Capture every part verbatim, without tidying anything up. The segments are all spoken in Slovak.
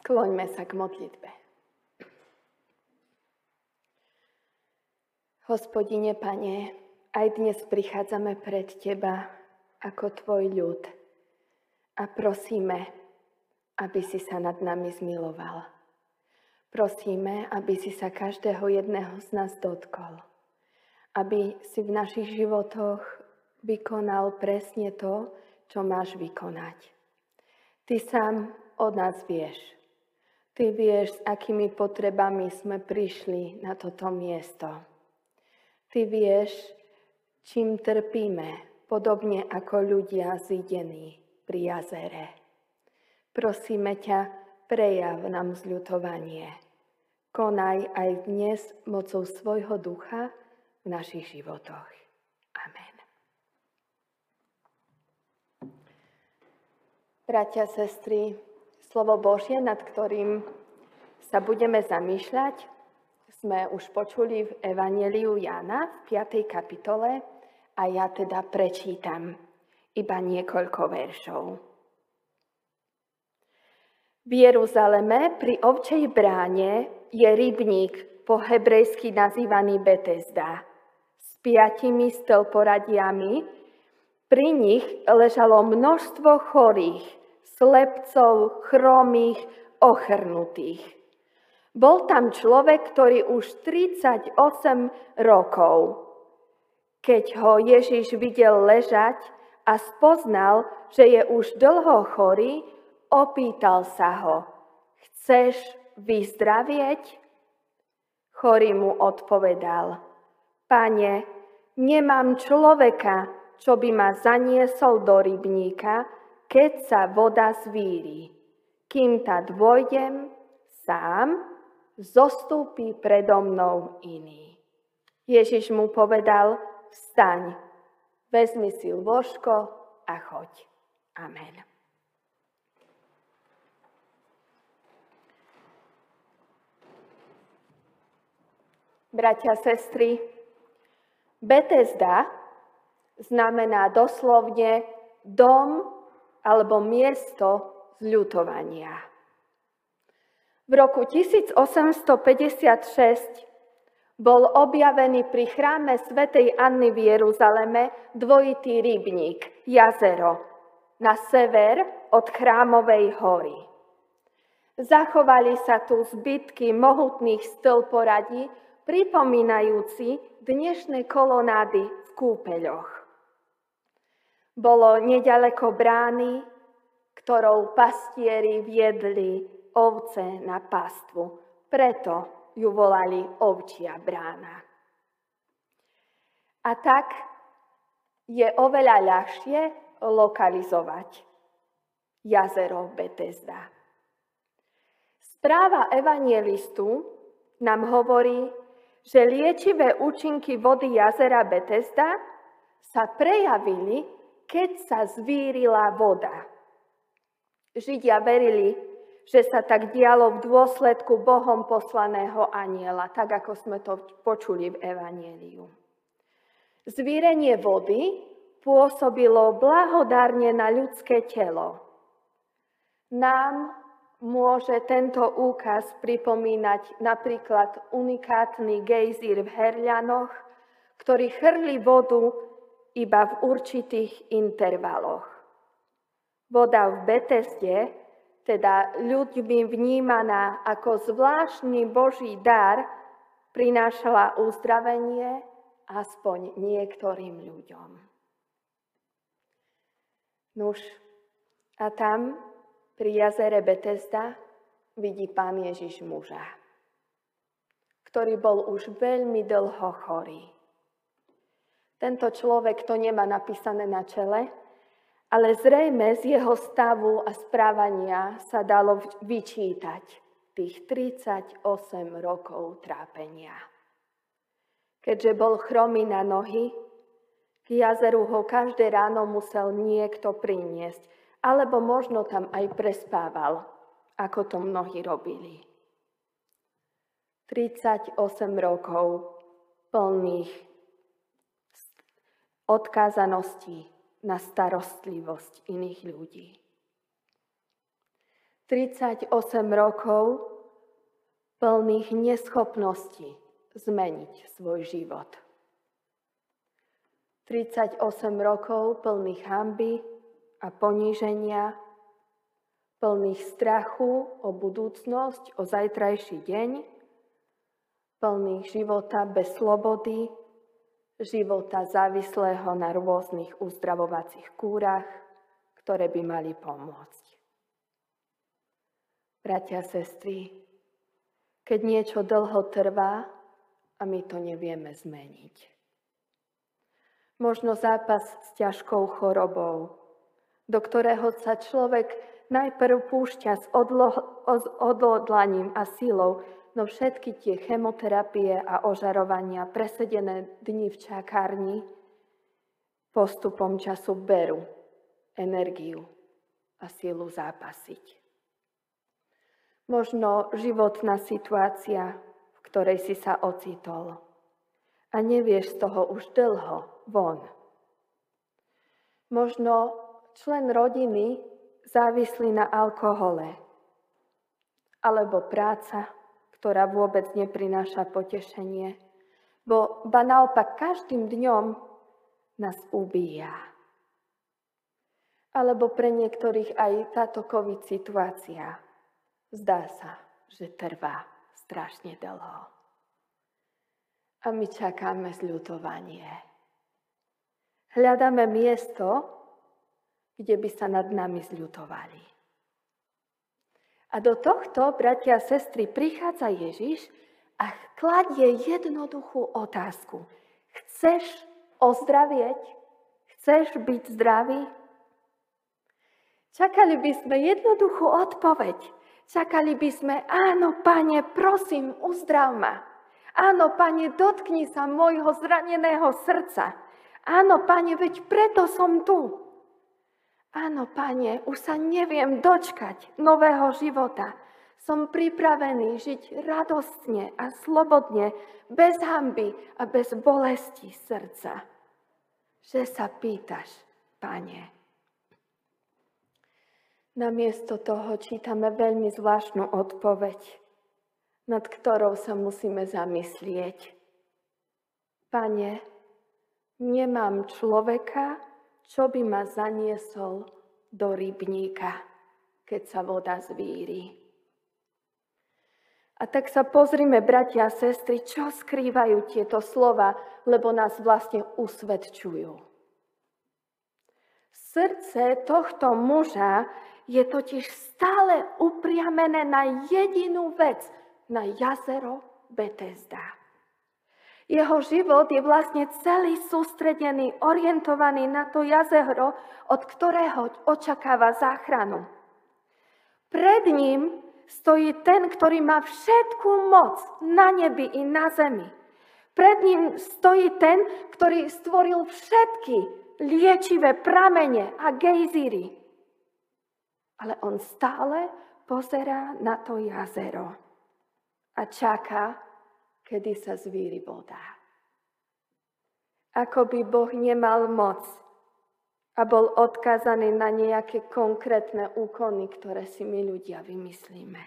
Skloňme sa k modlitbe. Hospodine, Pane, aj dnes prichádzame pred Teba ako Tvoj ľud a prosíme, aby si sa nad nami zmiloval. Prosíme, aby si sa každého jedného z nás dotkol, aby si v našich životoch vykonal presne to, čo máš vykonať. Ty sám od nás vieš. Ty vieš, s akými potrebami sme prišli na toto miesto. Ty vieš, čím trpíme, podobne ako ľudia zidení pri jazere. Prosíme ťa, prejav nám zľutovanie. Konaj aj dnes mocou svojho ducha v našich životoch. Amen. Bratia, sestry, slovo Božie, nad ktorým sa budeme zamýšľať, sme už počuli v Evanjeliu Jána v piatej kapitole a ja teda prečítam iba niekoľko veršov. V Jeruzaleme pri ovčej bráne je rybník po hebrejsky nazývaný Betesda s piatimi stĺporadiami. Pri nich ležalo množstvo chorých, slepcov, chromých, ochrnutých. Bol tam človek, ktorý už tridsaťosem rokov. Keď ho Ježiš videl ležať a spoznal, že je už dlho chorý, opýtal sa ho: Chceš vyzdravieť? Chorý mu odpovedal: Pane, nemám človeka, čo by ma zaniesol do rybníka, keď sa voda zvíri. Kým tá dôjdem sám, zostúpi predo mnou iný. Ježiš mu povedal: Vstaň, vezmi si lôžko a choď. Amen. Bratia, sestry, Betesda znamená doslovne dom alebo miesto zľutovania. V roku tisícosemstopäťdesiatšesť bol objavený pri chráme svätej Anny v Jeruzaleme dvojitý rybník, jazero, na sever od Chrámovej hory. Zachovali sa tu zbytky mohutných stĺporadí, pripomínajúci dnešné kolonády v kúpeľoch. Bolo neďaleko brány, ktorou pastieri viedli ovce na pastvu. Preto ju volali ovčia brána. A tak je oveľa ľahšie lokalizovať jazero Betesda. Správa evanjelistu nám hovorí, že liečivé účinky vody jazera Betesda sa prejavili, keď sa zvírila voda. Židia verili, že sa tak dialo v dôsledku Bohom poslaného anjela, tak ako sme to počuli v evanjeliu. Zvírenie vody pôsobilo blahodárne na ľudské telo. Nám môže tento úkaz pripomínať napríklad unikátny gejzír v Herľanoch, ktorý chrlí vodu iba v určitých intervaloch. Voda v Betesde, teda ľuďmi vnímaná ako zvláštny Boží dar, prinášala uzdravenie aspoň niektorým ľuďom. Nuž, a tam pri jazere Betesda vidí Pán Ježiš muža, ktorý bol už veľmi dlho chorý. Tento človek to nemá napísané na čele, ale zrejme z jeho stavu a správania sa dalo vyčítať tých tridsaťosem rokov trápenia. Keďže bol chromý na nohy, k jazeru ho každé ráno musel niekto priniesť, alebo možno tam aj prespával, ako to mnohí robili. tridsaťosem rokov plných odkázaností na starostlivosť iných ľudí. tridsaťosem rokov plných neschopností zmeniť svoj život. tridsaťosem rokov plných hanby a poníženia, plných strachu o budúcnosť, o zajtrajší deň, plných života bez slobody, života závislého na rôznych uzdravovacích kúrach, ktoré by mali pomôcť. Bratia a sestry, keď niečo dlho trvá a my to nevieme zmeniť. Možno zápas s ťažkou chorobou, do ktorého sa človek najprv púšťa s, odlo- s odhodlaním a silou, no všetky tie chemoterapie a ožarovania, presedené dni v čakárni, postupom času berú energiu a silu zápasiť. Možno životná situácia, v ktorej si sa ocitol a nevieš z toho už dlho von. Možno člen rodiny závislý na alkohole, alebo práca, ktorá vôbec neprináša potešenie, bo ba naopak každým dňom nás ubíja. Alebo pre niektorých aj táto COVID situácia zdá sa, že trvá strašne dlho. A my čakáme zľutovanie. Hľadáme miesto, kde by sa nad nami zľutovali. A do tohto, bratia a sestry, prichádza Ježiš a kladie jednoduchú otázku. Chceš ozdravieť? Chceš byť zdravý? Čakali by sme jednoduchú odpoveď. Čakali by sme, áno, Pane, prosím, uzdrav ma. Áno, Pane, dotkni sa môjho zraneného srdca. Áno, Pane, veď preto som tu. Áno, Pane, už sa neviem dočkať nového života. Som pripravený žiť radostne a slobodne, bez hanby a bez bolesti srdca. Že sa pýtaš, Pane. Namiesto toho čítame veľmi zvláštnu odpoveď, nad ktorou sa musíme zamyslieť. Pane, nemám človeka, čo by ma zaniesol do rybníka, keď sa voda zvíri. A tak sa pozrime, bratia a sestry, čo skrývajú tieto slova, lebo nás vlastne usvedčujú. Srdce tohto muža je totiž stále upriamené na jedinú vec, na jazero Betesda. Jeho život je vlastne celý sústredený, orientovaný na to jazero, od ktorého očakáva záchranu. Pred ním stojí ten, ktorý má všetku moc na nebi i na zemi. Pred ním stojí ten, ktorý stvoril všetky liečivé pramene a gejzíry. Ale on stále pozerá na to jazero a čaká, kedy sa zvíri voda. Ako by Boh nemal moc a bol odkázaný na nejaké konkrétne úkony, ktoré si my ľudia vymyslíme.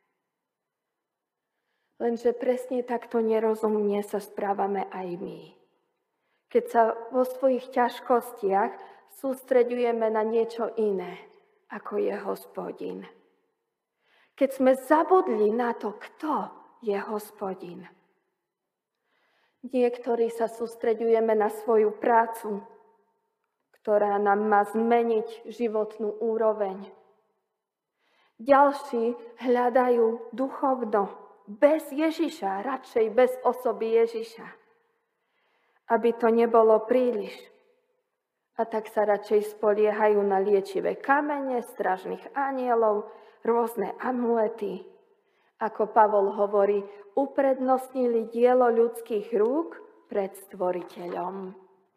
Lenže presne takto nerozumne sa správame aj my. Keď sa vo svojich ťažkostiach sústreďujeme na niečo iné, ako je Hospodin. Keď sme zabudli na to, kto je Hospodin. Niektorí sa sústreďujeme na svoju prácu, ktorá nám má zmeniť životnú úroveň. Ďalší hľadajú duchovno, bez Ježiša, radšej bez osoby Ježiša. Aby to nebolo príliš. A tak sa radšej spoliehajú na liečivé kamene, strážnych anielov, rôzne amulety. Ako Pavol hovorí, uprednostnili dielo ľudských rúk pred Stvoriteľom.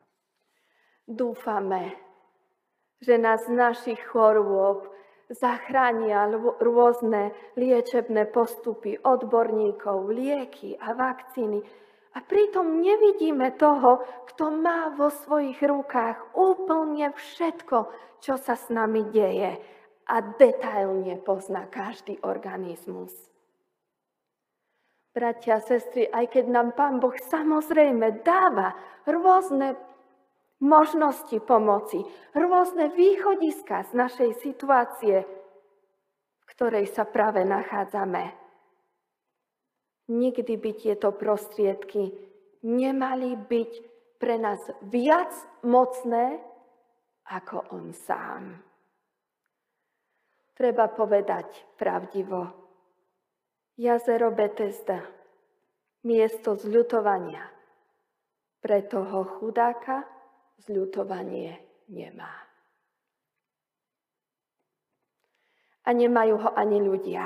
Dúfame, že nás z našich chorôb zachránia rôzne liečebné postupy odborníkov, lieky a vakcíny. A pritom nevidíme toho, kto má vo svojich rukách úplne všetko, čo sa s nami deje. a detailne pozná každý organizmus. Bratia a sestry, aj keď nám Pán Boh samozrejme dáva rôzne možnosti pomoci, rôzne východiska z našej situácie, v ktorej sa práve nachádzame, nikdy by tieto prostriedky nemali byť pre nás viac mocné ako on sám. Treba povedať pravdivo. Jazero Betesda, miesto zľutovania, pre toho chudáka zľutovanie nemá. A nemajú ho ani ľudia.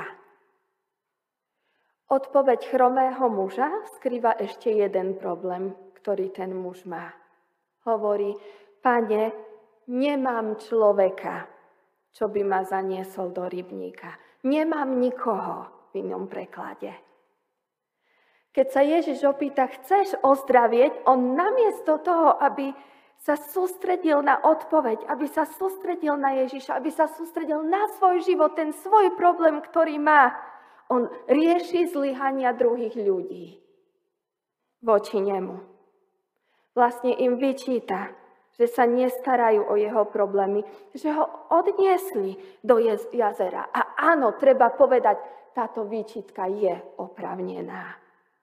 Odpoveď chromého muža skrýva ešte jeden problém, ktorý ten muž má. Hovorí, Pane, nemám človeka, čo by ma zaniesol do rybníka. Nemám nikoho. V inom preklade. Keď sa Ježiš opýta, chceš ozdravieť, on namiesto toho, aby sa sústredil na odpoveď, aby sa sústredil na Ježiša, aby sa sústredil na svoj život, ten svoj problém, ktorý má, on rieši zlyhania druhých ľudí voči nemu. Vlastne im vyčíta, že sa nestarajú o jeho problémy, že ho odniesli do jazera. A áno, treba povedať, táto výčitka je oprávnená.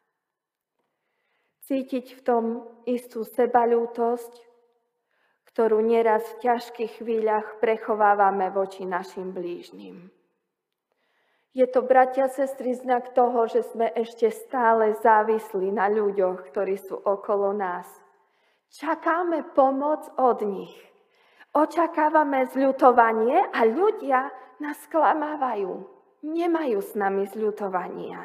Cítiť v tom istú sebaľútosť, ktorú nieraz v ťažkých chvíľach prechovávame voči našim blížnym. Je to, bratia, sestry, znak toho, že sme ešte stále závislí na ľuďoch, ktorí sú okolo nás. Čakáme pomoc od nich. Očakávame zľutovanie a ľudia nás klamávajú. Nemajú s nami zľutovania.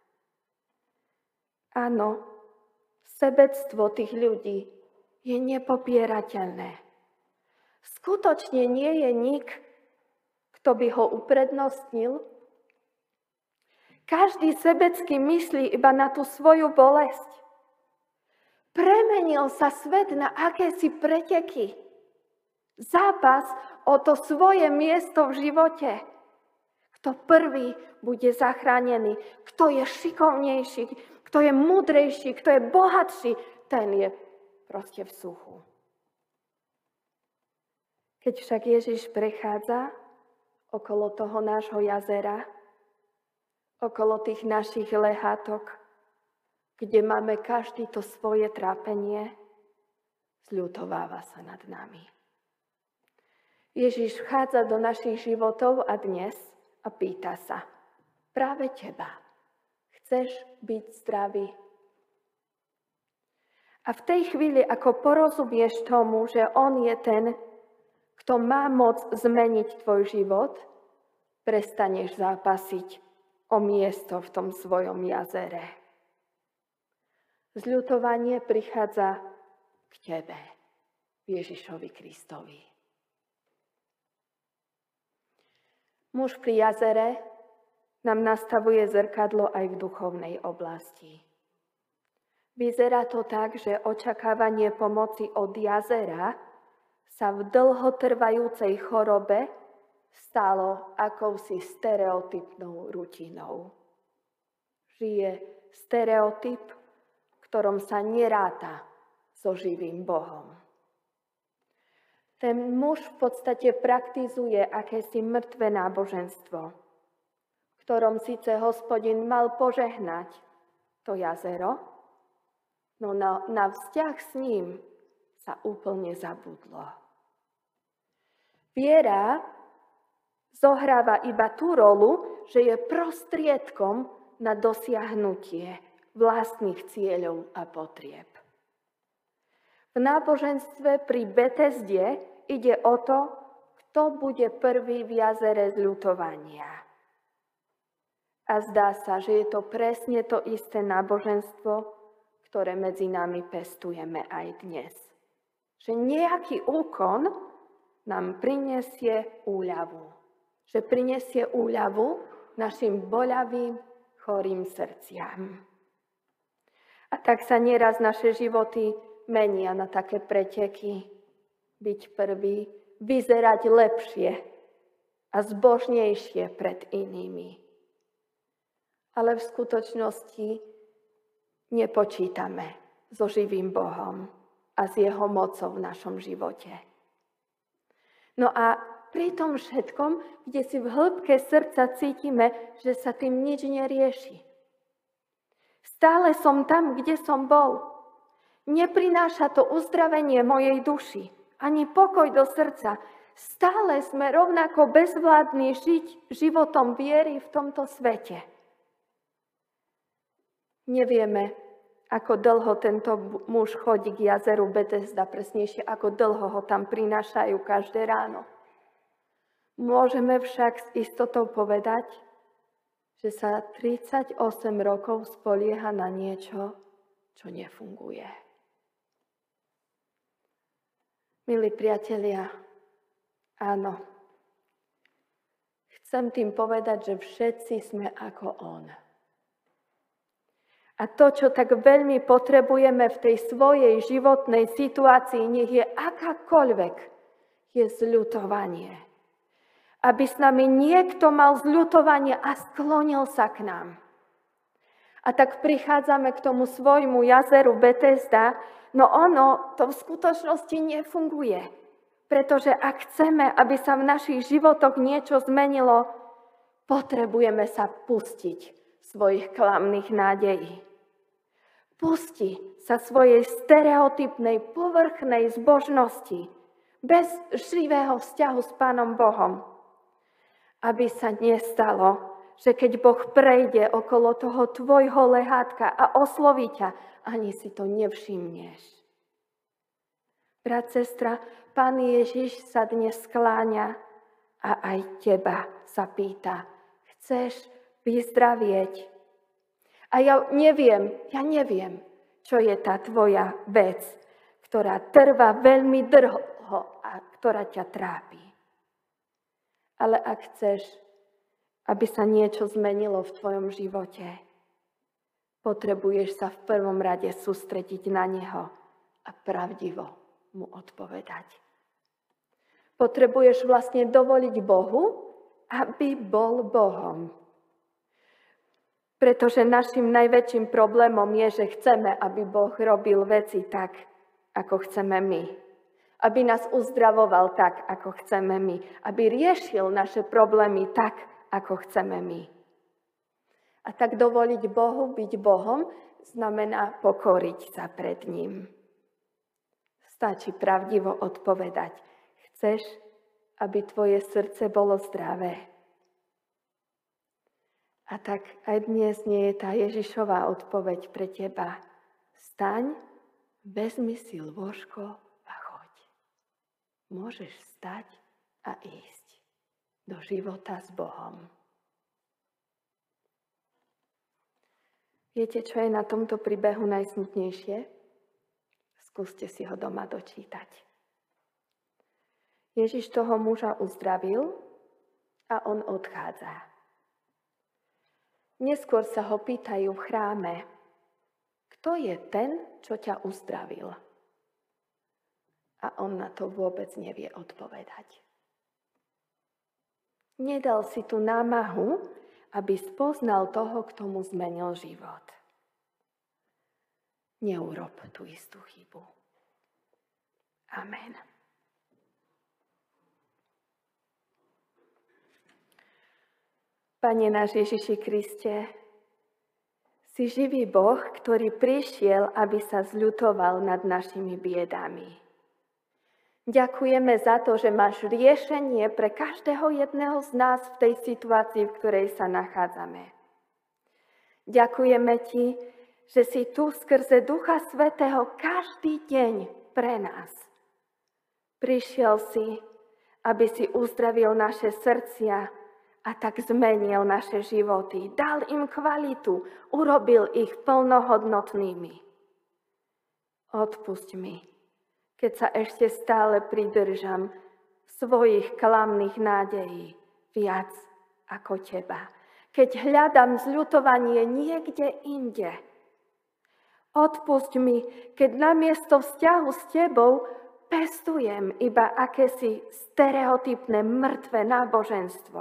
Áno, sebectvo tých ľudí je nepopierateľné. Skutočne nie je nik, kto by ho uprednostnil. Každý sebecky myslí iba na tú svoju bolesť. Premenil sa svet na akési preteky. Zápas o to svoje miesto v živote. Kto prvý bude zachránený, kto je šikovnejší, kto je múdrejší, kto je bohatší, ten je proste v suchu. Keď však Ježiš prechádza okolo toho nášho jazera, okolo tých našich lehátok, kde máme každý to svoje trápenie, zľutováva sa nad nami. Ježiš vchádza do našich životov a dnes a pýta sa, práve teba, chceš byť zdravý? A v tej chvíli, ako porozumieš tomu, že on je ten, kto má moc zmeniť tvoj život, prestaneš zápasiť o miesto v tom svojom jazere. Zľutovanie prichádza k tebe, Ježišovi Kristovi. Muž pri jazere nám nastavuje zrkadlo aj v duchovnej oblasti. Vyzerá to tak, že očakávanie pomoci od jazera sa v dlhotrvajúcej chorobe stalo akousi stereotypnou rutinou. Žije stereotyp, v ktorom sa neráta so živým Bohom. Ten muž v podstate praktizuje akési mŕtve náboženstvo, v ktorom síce Hospodin mal požehnať to jazero, no na, na vzťah s ním sa úplne zabudlo. Viera zohráva iba tú rolu, že je prostriedkom na dosiahnutie vlastných cieľov a potrieb. V náboženstve pri Betesde ide o to, kto bude prvý v jazere zľutovania. A zdá sa, že je to presne to isté náboženstvo, ktoré medzi nami pestujeme aj dnes. Že nejaký úkon nám prinesie úľavu. Že prinesie úľavu našim boľavým, chorým srdciam. A tak sa nieraz naše životy menia na také preteky, byť prvý, vyzerať lepšie a zbožnejšie pred inými. Ale v skutočnosti nepočítame so živým Bohom a s jeho mocou v našom živote. No a pri tom všetkom, kde si v hĺbke srdca cítime, že sa tým nič nerieši. Stále som tam, kde som bol. Neprináša to uzdravenie mojej duši, ani pokoj do srdca. Stále sme rovnako bezvládni žiť životom viery v tomto svete. Nevieme, ako dlho tento muž chodí k jazeru Betesda, presnejšie ako dlho ho tam prinášajú každé ráno. Môžeme však s istotou povedať, že sa tridsaťosem rokov spolieha na niečo, čo nefunguje. Milí priatelia, áno, chcem tým povedať, že všetci sme ako on. A to, čo tak veľmi potrebujeme v tej svojej životnej situácii, nech je akákoľvek, je zľutovanie. Aby s nami niekto mal zľutovanie a sklonil sa k nám. A tak prichádzame k tomu svojmu jazeru Betesda, no ono to v skutočnosti nefunguje. Pretože ak chceme, aby sa v našich životoch niečo zmenilo, potrebujeme sa pustiť svojich klamných nádejí. Pusti sa svojej stereotypnej, povrchnej zbožnosti, bez živého vzťahu s Pánom Bohom. Aby sa nestalo, že keď Boh prejde okolo toho tvojho lehátka a osloví ťa, ani si to nevšimneš. Brat, sestra, Pán Ježiš sa dnes skláňa a aj teba sa pýta, chceš vyzdravieť? A ja neviem, ja neviem, čo je tá tvoja vec, ktorá trvá veľmi dlho a ktorá ťa trápi. Ale ak chceš, aby sa niečo zmenilo v tvojom živote, potrebuješ sa v prvom rade sústrediť na neho a pravdivo mu odpovedať. Potrebuješ vlastne dovoliť Bohu, aby bol Bohom. Pretože našim najväčším problémom je, že chceme, aby Boh robil veci tak, ako chceme my. Aby nás uzdravoval tak, ako chceme my. Aby riešil naše problémy tak, ako chceme my. A tak dovoliť Bohu byť Bohom znamená pokoriť sa pred ním. Stačí pravdivo odpovedať. Chceš, aby tvoje srdce bolo zdravé? A tak aj dnes nie je tá Ježišová odpoveď pre teba. Staň, vezmi si lôžko a choď. Môžeš stať a ísť do života s Bohom. Viete, čo je na tomto príbehu najsmutnejšie? Skúste si ho doma dočítať. Ježiš toho muža uzdravil a on odchádza. Neskôr sa ho pýtajú v chráme, kto je ten, čo ťa uzdravil? A on na to vôbec nevie odpovedať. Nedal si tú námahu, aby spoznal toho, kto mu zmenil život. Neurob tú istú chybu. Amen. Pane náš Ježiši Kriste, si živý Boh, ktorý prišiel, aby sa zľutoval nad našimi biedami. Ďakujeme za to, že máš riešenie pre každého jedného z nás v tej situácii, v ktorej sa nachádzame. Ďakujeme ti, že si tu skrze Ducha Svätého každý deň pre nás. Prišiel si, aby si uzdravil naše srdcia, a tak zmenil naše životy. Dal im kvalitu, urobil ich plnohodnotnými. Odpusť mi, keď sa ešte stále pridržam svojich klamných nádejí viac ako teba. Keď hľadám zľutovanie niekde inde. Odpusť mi, keď namiesto vzťahu s tebou pestujem iba akési stereotypné mŕtve náboženstvo.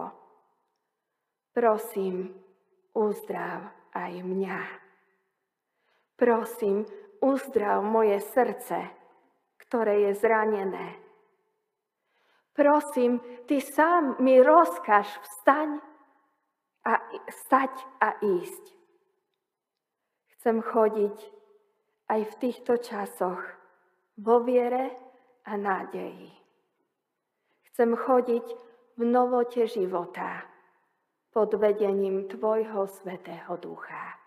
Prosím, uzdrav aj mňa. Prosím, uzdrav moje srdce, ktoré je zranené. Prosím, ty sám mi rozkaž vstaň a stať a ísť. Chcem chodiť aj v týchto časoch vo viere a nádeji. Chcem chodiť v novote života pod vedením tvojho Svätého Ducha.